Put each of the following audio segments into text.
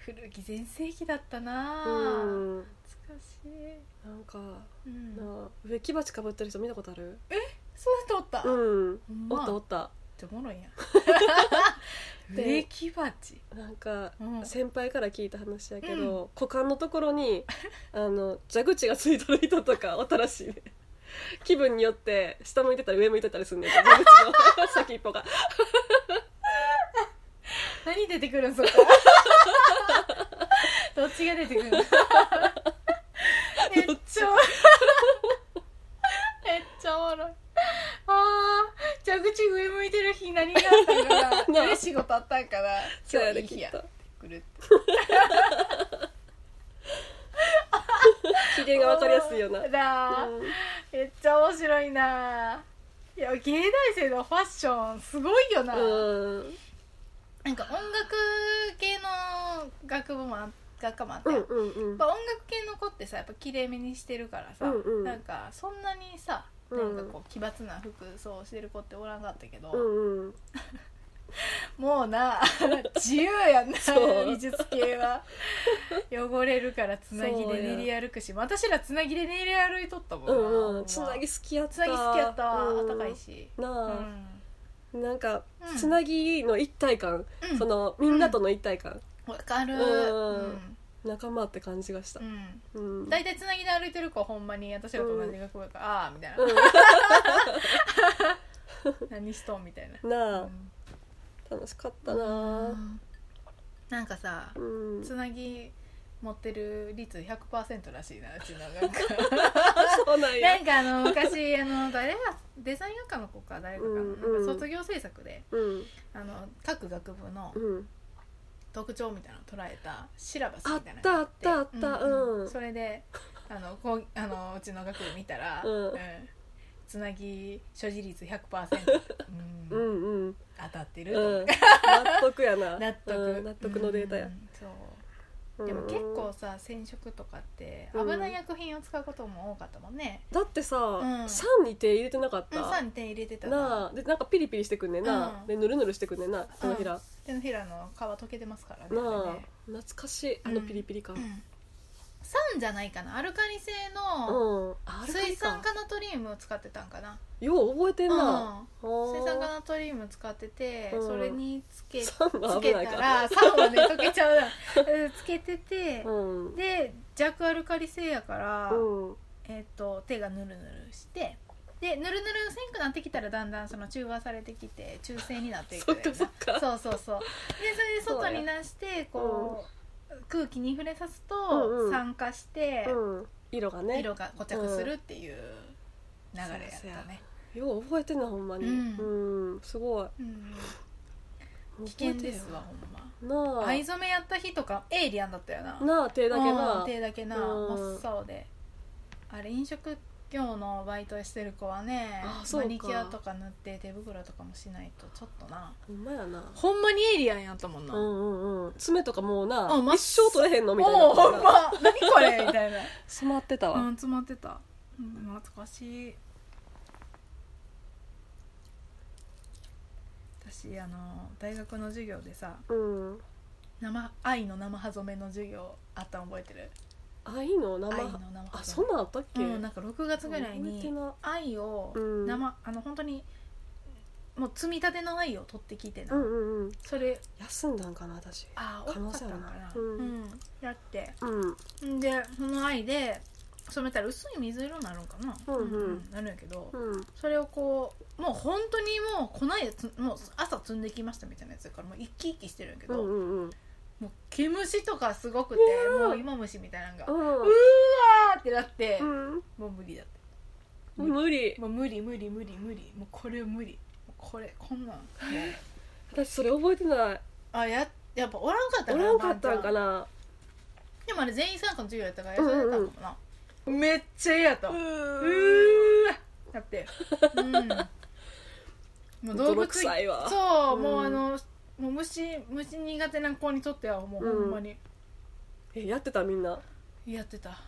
古着全盛期だったな、 うん懐かしい。 なんか、 うんな植木鉢かぶってる人見たことある？ そういう人おった、 うんほんまおったおった。 っておもろいやん植木鉢なんか、 うん先輩から聞いた話やけど、股間のところに蛇口がついとる人とかおったらしいね。気分によって下向いてたり上向いてたりすんねん、蛇口の先っぽが。 何出てくるんそこどっちが出てくるのめっちゃおもろい。蛇口上向いてる日何があったんかな嬉しいことあったんかな今日いい日やってくるって機嫌が分かりやすいよな。 だ、めっちゃ面白いな。いや芸大生のファッションすごいよな、なんか音楽系の学科もあって、やっぱ音楽系の子ってさやっぱ綺麗めにしてるからさ、なんかそんなにさなんかこう奇抜な服装してる子っておらんかったけど、もうな自由やんな美術系は汚れるからつなぎで練り歩くし、私らつなぎで練り歩いとったもんな、 つなぎ好きやった。 つなぎ好きやったわ、あったかいしなあ、なんかつなぎの一体感、そのみんなとの一体感、 わかる、 仲間って感じがした。 だいたいつなぎで歩いてる子ほんまに私らと同じ学部やから、ああみたいな、何しとんみたいななあ、楽しかったな。 なんかさ、つなぎ持ってる率 100% らしいな、うちの学科そうなんや。 なんか昔誰がデザイン学科の子か誰かが、なんか卒業制作で、各学部の特徴みたいなのを捉えたシラバスみたいなのがあった、 それでうちの学部見たら、つなぎ所持率 100%、当たってる、 納得やな。 納得のデータや。 そうでも結構さ染色とかって危ない薬品を使うことも多かったもんね。 だってさ、酸に手入れてなかった？ 酸に手入れてたな。でなんかピリピリしてくんねんな、でヌルヌルしてくんねんな、手のひらの皮溶けてますからね。 懐かしいピリピリ感。 酸じゃないかな、アルカリ性の水酸化ナトリウムを使ってたんかな。 よう覚えてんな。 水酸化ナトリウム使ってて、それにつけたら酸はね溶けちゃうなつけてて、で弱アルカリ性やから、手がヌルヌルして、でヌルヌルせんくなってきたらだんだんその中和されてきて中性になっていくよな。そうでそれで外に出してこう空気に触れさすと酸化して、 色が固着するっていう流れやったね。 よう覚えてんなほんまに。すごい、 危険ですわほんま。藍染めやった日とかエイリアンだったよな。手だけな真っ青で、あれ飲食業のバイトしてる子はね、マニキュアとか塗って手袋とかもしないとちょっとな。 ほんまやな、 ほんまにエイリアンやったもんな。 爪とかもうな、一生取れへんのみたいな。 ほんま何これみたいな染まってたわ。 詰まってた。懐かしい。私大学の授業でさ、愛の生葉染めの授業あったの覚えてる？ 愛の生あ、そんなんあったっけ？ なんか6月ぐらいに愛を本当にもう積み立ての愛を取ってきてな、それ休んだんかな私。 可能性あるのかな。やって、でその愛で染めたら薄い水色になるんかな、なるんやけど、それをこうもう本当にもう粉でもう朝積んできましたみたいなやつだからもう一気一気してるんやけど、もう毛虫とかすごくて、もう芋虫みたいなのがうわーってなって、もう無理だって。もう無理もうこれ無理、こんなん私それ覚えてない。 やっぱおらんかったんかな。 でもあれ全員参加の授業やったからやられたかもな。めっちゃ嫌やった。だってもう動物臭いわ。 そう、もう虫苦手な子にとってはもうほんまに、 やってたみんな。 やってた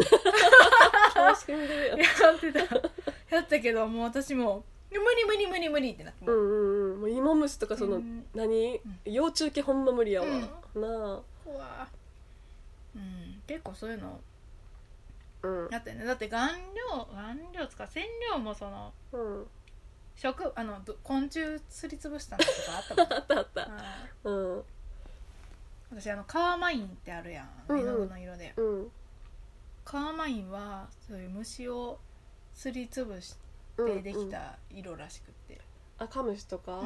やったけどもう私も無理ってなって、 もう芋虫とかその、幼虫系ほんま無理やわ、なあ。 結構そういうのやってね。だって顔料つか染料もその、昆虫すりつぶしたのとかあったもんあったあった、 私カーマインってあるやん、絵の具の色で、カーマインはそういう虫をすりつぶしてできた色らしくって、 カムシとか、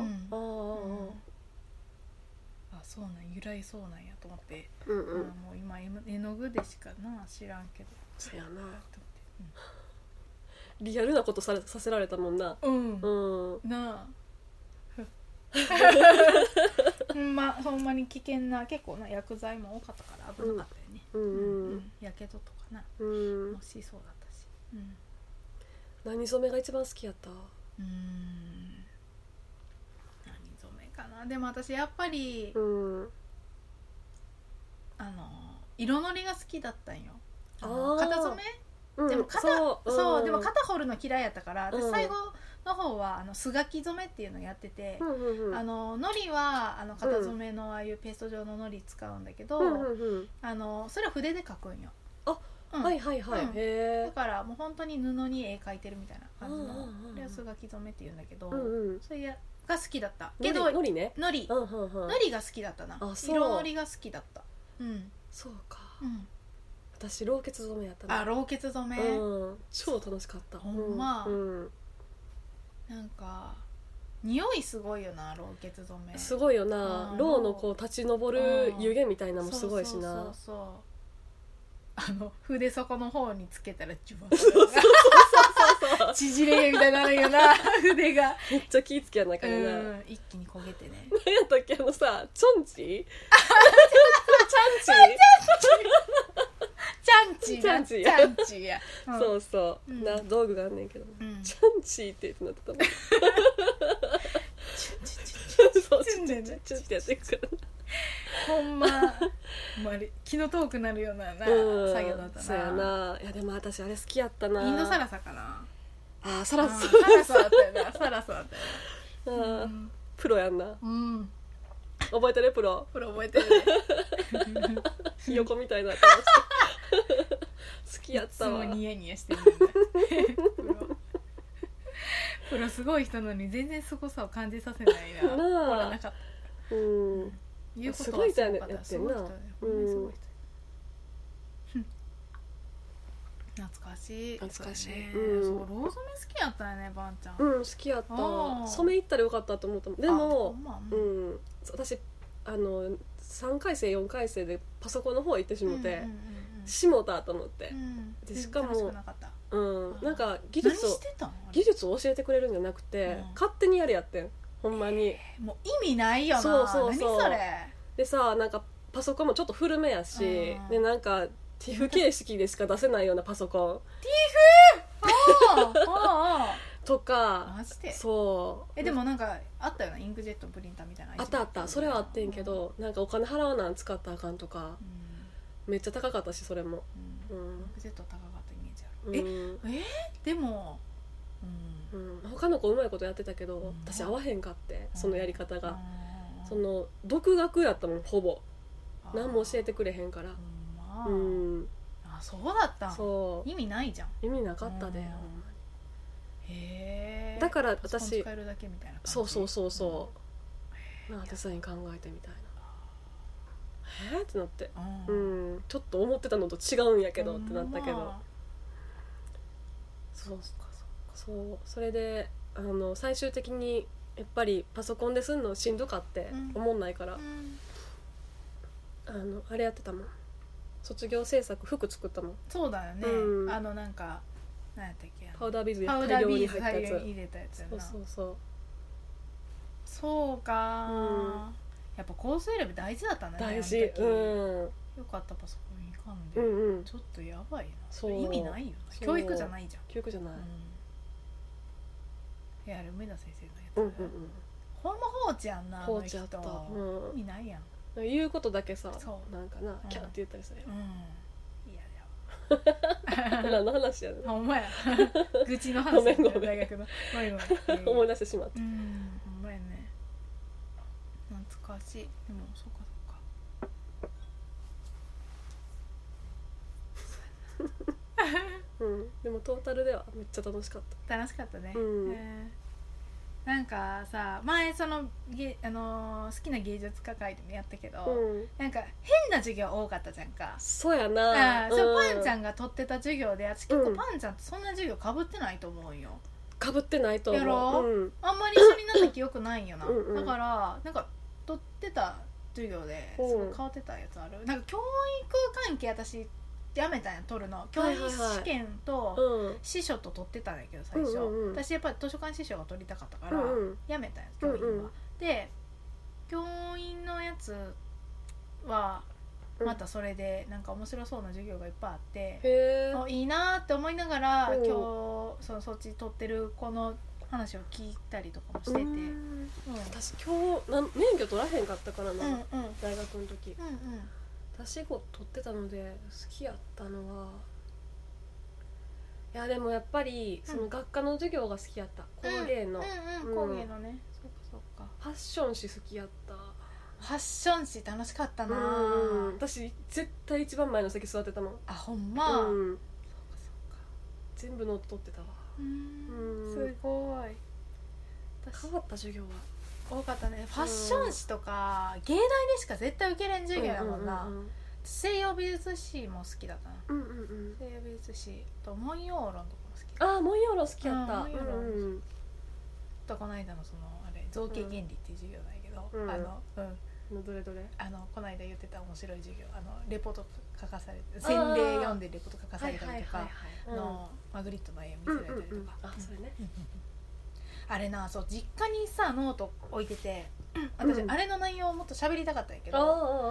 そうなん由来そうなんやと思って、もう今絵の具でしかな知らんけど、 そうやなと思って、リアルなことさせられたもんな。 なあほんまに危険な、結構な薬剤も多かったから危なかったよね。やけどとかな、もしそうだったし。 何染めが一番好きやった？ 何染めかな。でも私やっぱり色のりが好きだったんよ。型染めでもでも肩掘るの嫌いやったから、私最後の方は素描き染めっていうのをやってて、のりは肩染めのああいうペースト状ののり使うんだけど、それは筆で描くんよ。 はいはいはい、 だからもう本当に布に絵描いてるみたいな感じの、これは素描き染めっていうんだけど、それが好きだったけど、のりが好きだったな。色のりが好きだった。 そうか。私老血染めやったな。 老血染め、 超楽しかった。 ほんま、なんか匂いすごいよな、老血染め。 すごいよな。ろうのこう立ち上る湯気みたいなのもすごいしな。 筆底の方につけたらジュワ縮れみたいになるよな、筆が。 めっちゃ気ぃつけやなからな、 一気に焦げてね。 何やったっけ、チョンチチャンチや。そうそう、な道具があんねんけど、チャンチってなってたもん。そうチュンチュンチュンってやっていくからな。 ほんま気の遠くなるような作業だったな。 そうやな。いやでも私あれ好きやったな。 インドサラサかな。 サラサだったよな。サラサだったよな。 プロやんな。覚えてる？プロ覚えてるね。 ひよこみたいな顔して好きやったわ。 いつもニヤニヤしてるんだ。プロすごい人なのに全然すごさを感じさせないな。ほらなかった。 すごい人やってんな。 すごい人。懐かしい。 懐かしい。 そう、ロー染め好きやったよね、ばんちゃん。 好きやった。染め行ったらよかったと思った。でも私3回生4回生でパソコンの方行ってしもて、しもたと思って。でしかもなんか技術を教えてくれるんじゃなくて、勝手にやれやってん。ほんまにもう意味ないよな。 そう何それでさ、なんかパソコンもちょっと古めやし、でなんかティフ形式でしか出せないようなパソコン、 ティフとか。 マジで？ そうでもなんかあったよな、インクジェットプリンターみたいな。 あったそれはあってんけど、なんかお金払わなん使ったらあかんとか、めっちゃ高かったし、それもインクジェット高かったイメージある。でも他の子うまいことやってたけど、私合わへんかって、そのやり方が。その独学やったもん、ほぼ何も教えてくれへんから。 そうだった。 そう意味ないじゃん。 意味なかったで、ほんまに。 へえ。 だから私使えるだけみたいな感じ。 そうデザイン考えてみたいな。ってなって、ちょっと思ってたのと違うんやけどってなったけど、それで最終的にやっぱりパソコンですんのしんどかって思んないから、あれやってたもん。卒業制作服作ったもん。 そうだよね。なんか何やったっけ、 パウダービーズ大量に入ったやつ。入れたやつやな。そうか。やっぱ香水選び大事だったね。 大事。 よかった、パソコンいかんで。ちょっとやばいな。意味ないよな。教育じゃないじゃん。 教育じゃない。 あれ梅田先生のやつ。ほんま放置やんな。 放置やった。 意味ないやん。 言うことだけさ、なんかな、キャーって言ったりするよ。何の話やねん。 ほんまや。愚痴の話。ごめん大学の。 思い出してしまった。 ほんまやね。懐かしい。でもそうか。 トータルではめっちゃ楽しかった。 楽しかったね、なんかさ前その好きな芸術家会でもやったけど、なんか変な授業多かったじゃんか。 そうやな、 そうパンちゃんが取ってた授業で私結構パンちゃんとそんな授業かぶってないと思うよ。 かぶってないと思う。 やろ、あんまり一緒になった記憶ないんよな。だからなんか取ってた授業ですごい変わってたやつある。なんか教育関係私やめたんや取るの。教員試験と司書と取ってたんやけど最初、私やっぱり図書館司書が取りたかったからやめたんや教員は。で教員のやつはまたそれでなんか面白そうな授業がいっぱいあって、いいなって思いながら今日そっち取ってる子の話を聞いたりとかもしてて、 私今日免許取らへんかったからな、大学の時、私語取ってたので好きやったのは、いやでもやっぱりその学科の授業が好きやった。工芸の、 工芸のね、そうかファッション誌好きやった。 ファッション誌楽しかったな。 私絶対一番前の席座ってたもん。 あ、ほんま、そうか全部ノート取ってたわ。 すごい。 変わった授業は多かったね。ファッション誌とか芸大でしか絶対受けれん授業やもんな。西洋美術史も好きだったな。西洋美術史と文様論とかも好きだった。 あ、文様論好きやった。 とこの間のそのあれ造形原理っていう授業だけど、 どれどれこの間言ってた面白い授業、レポート書かされて洗礼読んでレポート書かされたりとかのマグリットの絵見せられたりとか、 あ、それね。 あれな、そう実家にさノート置いてて、私あれの内容をもっと喋りたかったんやけど、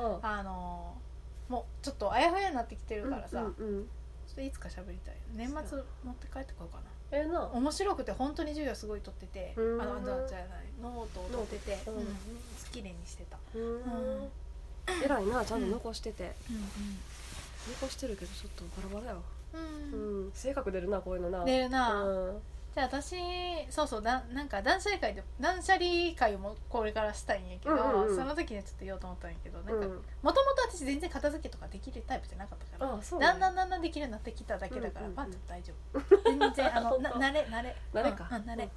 もうちょっとあやふやになってきてるからさ、ちょっといつか喋りたい。年末持って帰ってこようかな。面白くて本当に授業すごい取ってて、じゃないノートを取ってて、きれいにしてた。 偉いな、ちゃんと残してて。残してるけどちょっとバラバラよ。性格出るな、こういうのな。 出るな。じゃあ私そうなんか断捨離会もこれからしたいんやけど、その時にちょっと言おうと思ったんやけど、なんかもともと私全然片付けとかできるタイプじゃなかったから、だんだんできるようになってきただけだから、パンちゃん大丈夫。全然慣れか、 慣れ。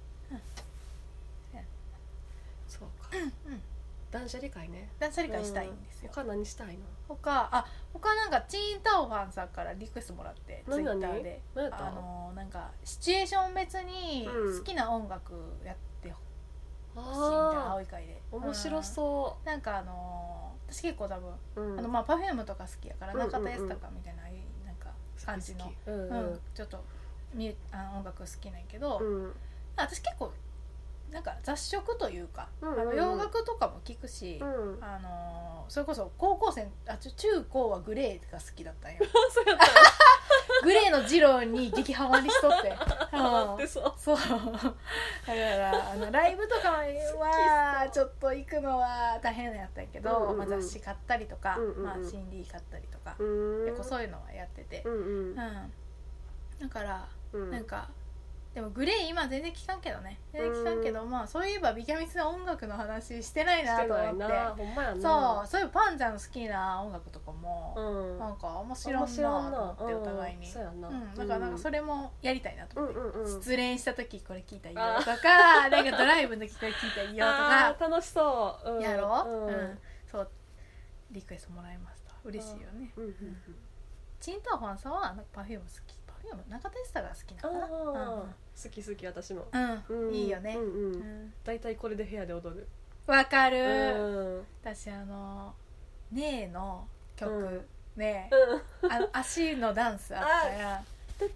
そうか。断捨離会ね。 断捨離会したいんですよ。 他何したいの？ 他なんかチーンタオファンさんからリクエストもらって、ツイッターでなんかシチュエーション別に好きな音楽やってほしいみたいな、青い会で。 面白そう。 なんか私結構多分Perfume とか好きやから、中田泰孝みたいななんか感じのちょっと音楽好きなんやけど、私結構なんか雑食というか、洋楽とかも聞くし、それこそ高校生中高はグレーが好きだったんよ。 そうやったグレーのジローに激ハマりしとってそうだからライブとかはちょっと行くのは大変やったんやけど、雑誌買ったりとか、CD 買ったりとか、結構そういうのはやってて、だからなんかでもグレー今全然聞かんけどね、そういえばビキャミスの音楽の話してないなと思って、そういえばパンちゃんの好きな音楽とかもなんか面白いなと思って、お互いに。だからなんかそれもやりたいなと思って、失恋した時これ聞いたらいいよとか、なんかドライブの時これ聞いたらいいよとか、 楽しそう。 やろう。そうリクエストもらいました。嬉しいよね。チンターファンさんはPerfume好き。中田泰孝が好きなのかな。 好き私も。 いいよね。 だいたいこれで部屋で踊る。 わかる。私ねえの曲ね、足のダンスあったやん。そう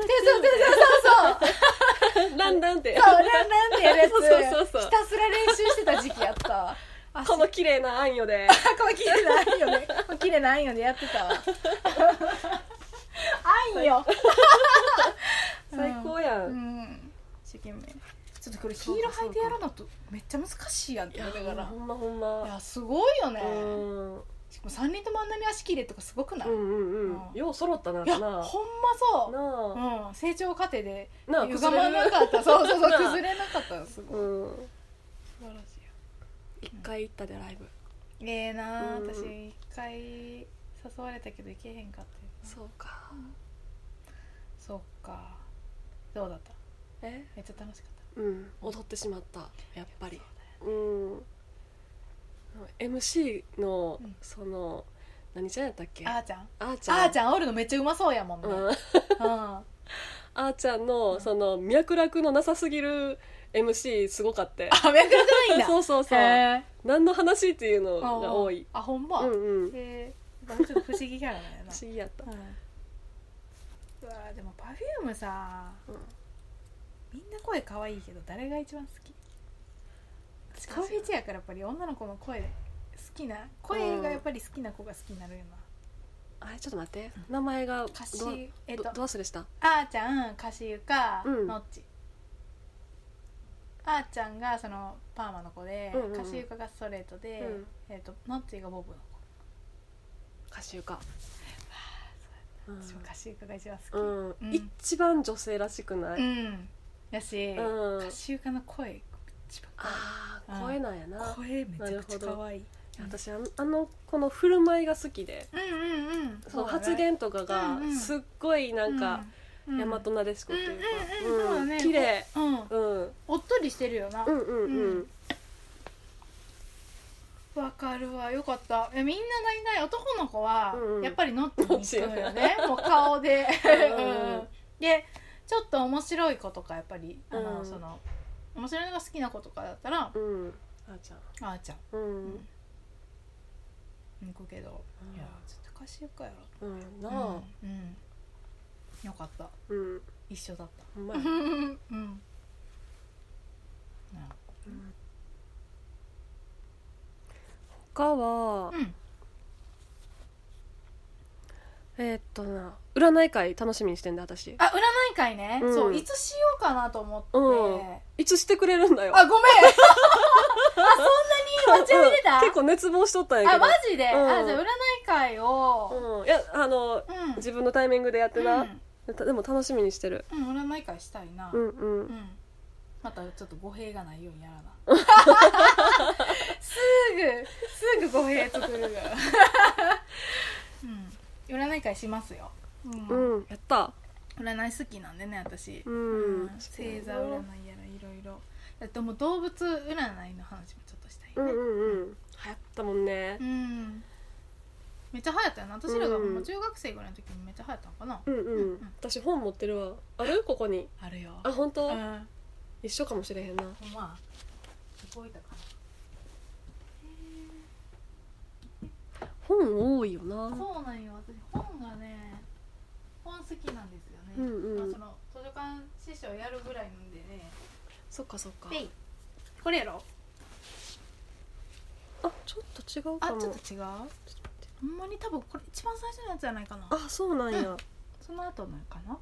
ランランってやるやつひたすら練習してた時期やったわ。 この綺麗なあんよでこの綺麗なあんよでやってたわ。あんよ最高やん。 一生懸命ちょっとこれヒール履いてやるのとめっちゃ難しいやんって言うから、 ほんまいやすごいよね。しかも3人ともあんなに足綺麗とかすごくない？ よう揃ったな。 いやほんまそう。成長過程で歪まなかった。そう崩れなかった。すごい素晴らしい。 一回行ったでライブ。 私一回誘われたけど行けへんかった。 そうか。 そっか。どうだった？めっちゃ楽しかった。 踊ってしまったやっぱり。MC のその何ちゃんやったっけ？ あーちゃんおるのめっちゃうまそうやもんね。 あーちゃんのその脈絡のなさすぎる MC すごかった。 脈絡ないんだ。 そう何の話っていうのが多い。 ほんま。ちょっと不思議キャラだよな。 不思議やった。 うわでも Perfume さ、みんな声可愛いけど誰が一番好き？私カフェチェやからやっぱり女の子の声好きな声がやっぱり好きな子が好きになるよな。あれちょっと待って、名前がど忘れした。 あーちゃん、カシユカ、ノッチ。あーちゃんがそのパーマの子で、カシユカがストレートで、ノッチがボブの子。 カシユカ。 私もカシユカが一番好き。一番女性らしくない？ やし、カシユカの声一番可愛い。 声なんやな。 声めちゃくちゃ可愛い。 私この振る舞いが好きで、そう発言とかがすっごいなんか大和なでしこっていうか綺麗、 おっとりしてるよな。わかるわ、よかった。みんな大体男の子はやっぱりノッチに行くのよね。もう顔ででちょっと面白い子とかやっぱりその面白いのが好きな子とかだったらあーちゃん行くけど、いやちょっとカシユカやろなあ。よかった。一緒だった。 他は占い会楽しみにしてんだ私。 占い会ね。そういつしようかなと思って。 いつしてくれるんだよ。 ごめん。そんなに待ちわびてた？ 結構熱望しとったんやけど。 マジで？じゃあ占い会をいや自分のタイミングでやってな。でも楽しみにしてる。 占い会したいな。またちょっと語弊がないようにやらな。すぐ語弊作るから。占い会しますよ。 やった。 占い好きなんでね私。星座占いやらいろいろ。だってもう動物占いの話もちょっとしたいね。 流行ったもんね。 めっちゃ流行ったよな。私らが中学生ぐらいの時にめっちゃ流行ったのかな。 私本持ってるわ。ある？ここに。 あるよ。 本当？一緒かもしれへんな。 ほんま。動いたかな。 本多いよな。 そうなんよ。私本がね本好きなんですよね。その図書館師匠やるぐらいなんでね。 そっかそっか。 これやろ？ ちょっと違うかも。 ちょっと違う？ほんまに多分これ一番最初のやつじゃないかな。 そうなんや。 その後のかな。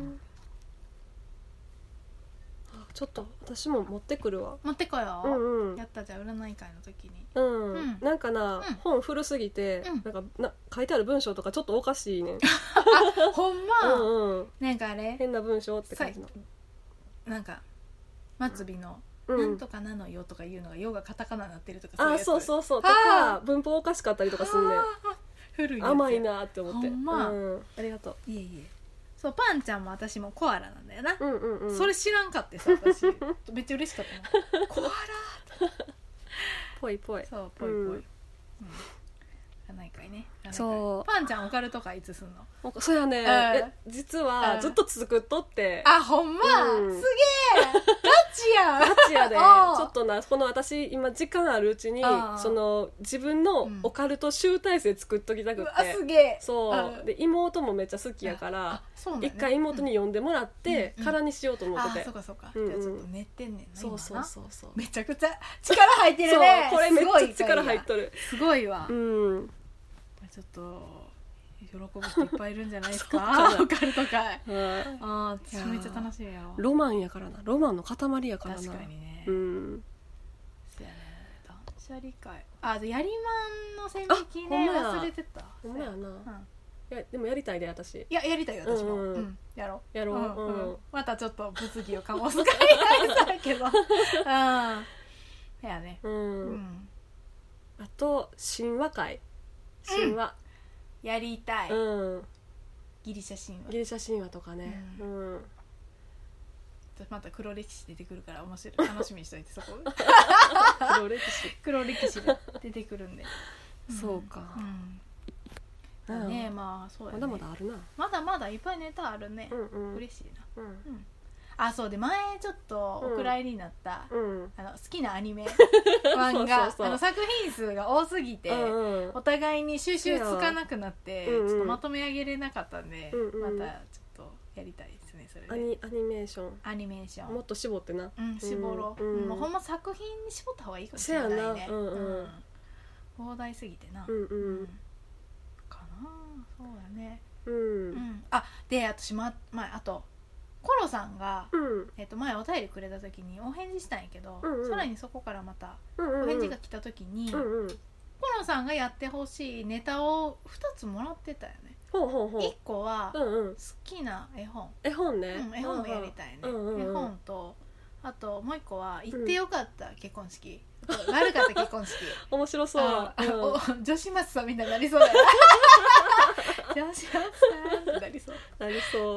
ちょっと私も持ってくるわ。 持ってこよう。やったじゃあ占い会の時に。なんかな本古すぎてなんか書いてある文章とかちょっとおかしいねん。 ほんま。なんかあれ変な文章って感じの。 なんか末尾のなんとかなのよとかいうのがよがカタカナになってるとかそういうやつ。 そうとか文法おかしかったりとかすんねん。 古いやつ。 甘いなって思って。 ほんま。 ありがとう。 いえいえ。そうパンちゃんも私もコアラなんだよな。それ知らんかってさ私めっちゃ嬉しかったな。コアラぽいぽい。 そうぽいぽい。占い会ね。そうパンちゃんオカルト会いつすんの？ そうやね。実はずっと作っとって。 ほんま。すげえ。ガチやで。ちょっとなこの私今時間あるうちにその自分のオカルト集大成作っときたくって。 すげえ。 そうで妹もめっちゃ好きやから一回妹に呼んでもらってからにしようと思ってて。 そうかそうか。じゃあちょっと練ってんねんな。 そう。 めちゃくちゃ力入ってるね。 これめっちゃ力入っとる。 すごいわ。ちょっと喜ぶ人いっぱいいるんじゃないですか。オカルト会。私めっちゃ楽しいよ。 ロマンやからな。ロマンの塊やからな。 確かにね。そうやね。断捨離会。やりまんの線引きね忘れてた。 ほんまやな。でもやりたいで私。 いややりたいよ私も。やろう。 またちょっと物議を醸す会になりそうだけど。やね。 あと神話会。神話やりたい。 ギリシャ神話とかね、 また黒歴史出てくるから面白い、楽しみにしといてそこ黒歴史が出てくるんでそうか、 ね、まあそうやね、 まだまだあるな、 まだまだいっぱいネタあるね、嬉しいな、あ、そうで、前ちょっとお蔵入りになった、好きなアニメ漫画作品数が多すぎて、お互いに収集つかなくなって、ちょっとまとめ上げれなかったんで、またちょっとやりたいですね、それでアニメーションもっと絞ってな、 絞ろう、もうほんま作品に絞った方がいいかもしれないね、膨大すぎてな、かな、そうだね、あ、で、私あとコロさんが、前お便りくれた時にお返事したんやけど、さらにそこからまたお返事が来た時に、コロさんがやってほしいネタを2つもらってたよね。1個は好きな絵本ね、絵本をやりたいね、絵本と、あともう1個は行ってよかった結婚式、悪かった結婚式面白そう、 女子松さんみたいになりそうだよ女子松さんってなりそう、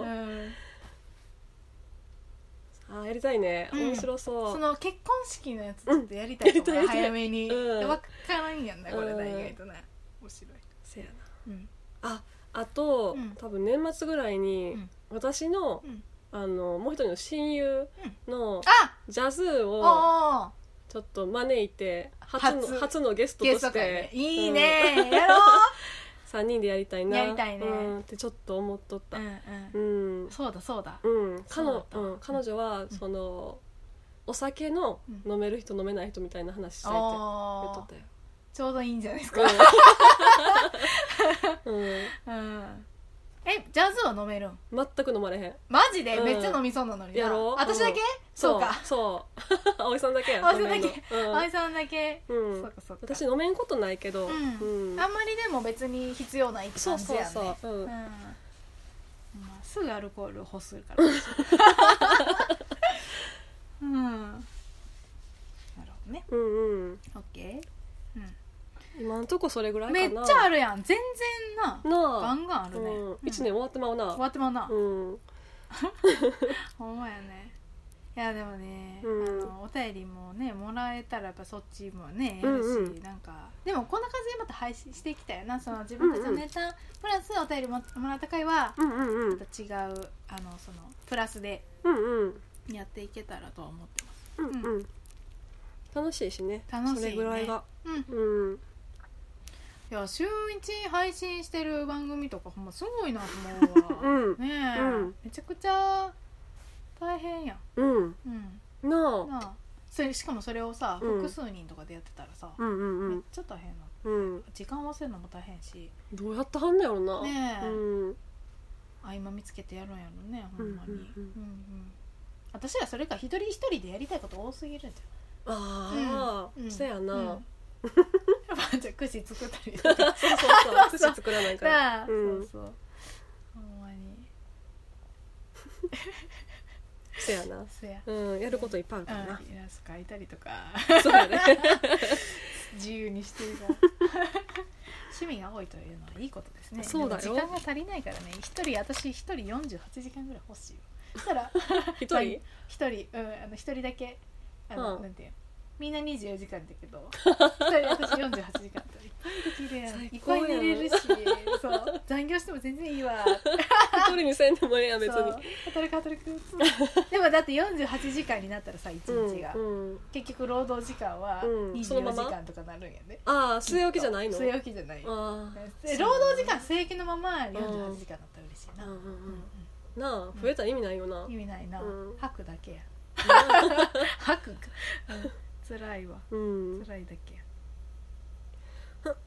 やりたいね、面白そう、 その結婚式のやつちょっとやりたいと思う、早めに、分からんやんなこれな、意外とね面白い、 せやな、あと、多分年末ぐらいに、私のもう一人の親友のジャズをちょっと招いて、初のゲストとして、 いいね、やろう 3人でやりたいな、 やりたいね、 ってちょっと思っとった、 そうだ、 彼女はそのお酒の飲める人飲めない人みたいな話したいって言っとったよ、 ちょうどいいんじゃないですか、ジャズは飲めるん？ 全く飲まれへん、 マジで、めっちゃ飲みそうなのにな、やろう、私だけ？そうか、 そう葵さんだけや、 葵さんだけ、そうか私飲めんことないけど、あんまりでも別に必要ないって感じやね、すぐアルコールを欲するからなるほどね、オッケー、 今んとこそれぐらいかな、 めっちゃあるやん、全然なガンガンあるね、 1年終わってまうな、 ほんまやね。いやでもね、お便りもねもらえたらやっぱそっちもねやるし、なんかでもこんな感じでまた配信していきたいな、その自分たちのネタプラスお便りもらった回はまた違うそのプラスでやっていけたらとは思ってます。 楽しいしね、 楽しいね、 それぐらいが、 いや週1配信してる番組とかほんますごいなと思うわ、ねえ、めちゃくちゃ大変やん、なあ、しかもそれをさ、複数人とかでやってたらさ、めっちゃ大変な、時間合わせるのも大変し、 どうやってはんねやろな、 ねえ、合間見つけてやるんやろね、ほんまに、私らそれか一人一人でやりたいこと多すぎるんじゃん、そうやな、 じゃあ串作ったりそう串作らないから、 そうほんまにせやな、やることいっぱいあるからな、 イラスト描いたりとかそうやね自由にしてるから趣味が多いというのはいいことですね。 そうだよ、 時間が足りないからね、私一人48時間ぐらい欲しいよ。そしたら一人だけなんていう、みんな24時間だけど一人私48時間といっぱいできるやん、いっぱい寝れるし、そう残業しても全然いいわ一人にせんでもええやん別に、 働くでもだって48時間になったらさ1日が、結局労働時間は24時間とかなるんやね。 据え置きじゃないの？ 据え置きじゃない、労働時間据え置きのまま48時間だったら嬉しいな、 なあ、増えたら意味ないよな、 意味ないな、吐くだけや吐くか辛いわ、辛いだけや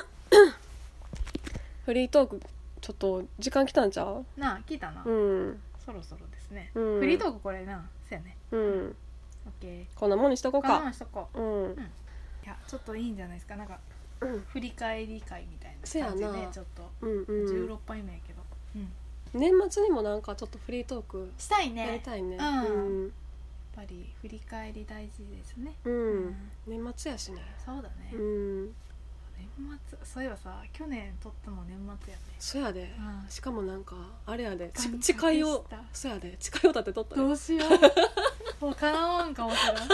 フリートークちょっと時間来たんちゃう？ なあ、来たな、そろそろですね、フリートークこれな、そうやね、オッケー、 こんなもんにしとこうか、 こんなもんにしとこう、いやちょっといいんじゃないですか、なんか、振り返り会みたいな感じでね、ちょっと、16杯目やけど、 年末にもなんかちょっとフリートークしたいね、 やりたいね、 やっぱり振り返り大事ですね、 年末やしね、 そうだね、 年末そういえばさ去年撮ったの年末やね。 そやで、 うん、 しかもなんかあれやで誓いをそやで誓いを立てとったで。 どうしようもう叶わんかもしれん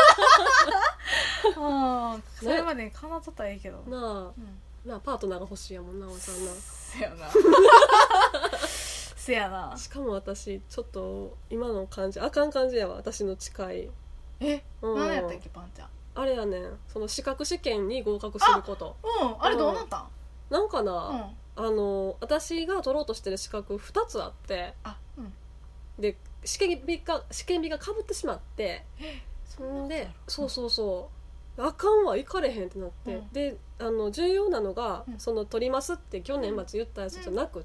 それまでに叶っとったらいいけどなあ、なあパートナーが欲しいやもんな、おさんな。 せやなせやな。 しかも私ちょっと今の感じあかん感じやわ、私の誓い。 何やったっけパンちゃん。 あれやねん、その資格試験に合格すること。 あれどうなったん。 なんかな、私が取ろうとしてる資格2つあって、で試験日がかぶってしまって、でそうあかんわ行かれへんってなって、で重要なのが、その取りますって去年末言ったやつじゃなくって、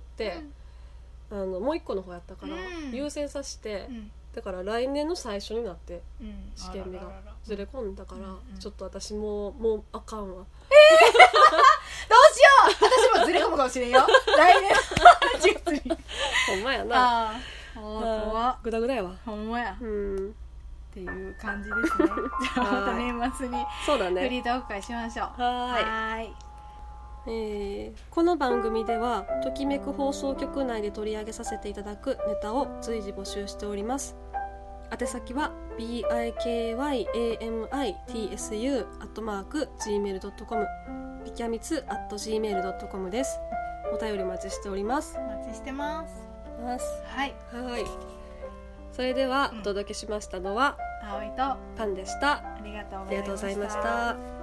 もう一個の方やったから、優先させて、だから来年の最初になって、試験日がずれ込んだから、ちょっと私もうあかんわ。どうしよう私もずれ込むかもしれんよ来年の8月に。 ほんまやな。 怖っグダグダやわ。 ほんまや、っていう感じですね。じゃあまた年末にそうだね、 フリートーク会しましょう。はい。 この番組ではときめく放送局内で取り上げさせていただくネタを随時募集しております。宛先は bikyamitsu@gmail.com ビキャミツ @gmail.com です。お便りお待ちしております。 お待ちしてます。はい。 それではお届けしましたのは、 葵とパンでした。 ありがとうございました。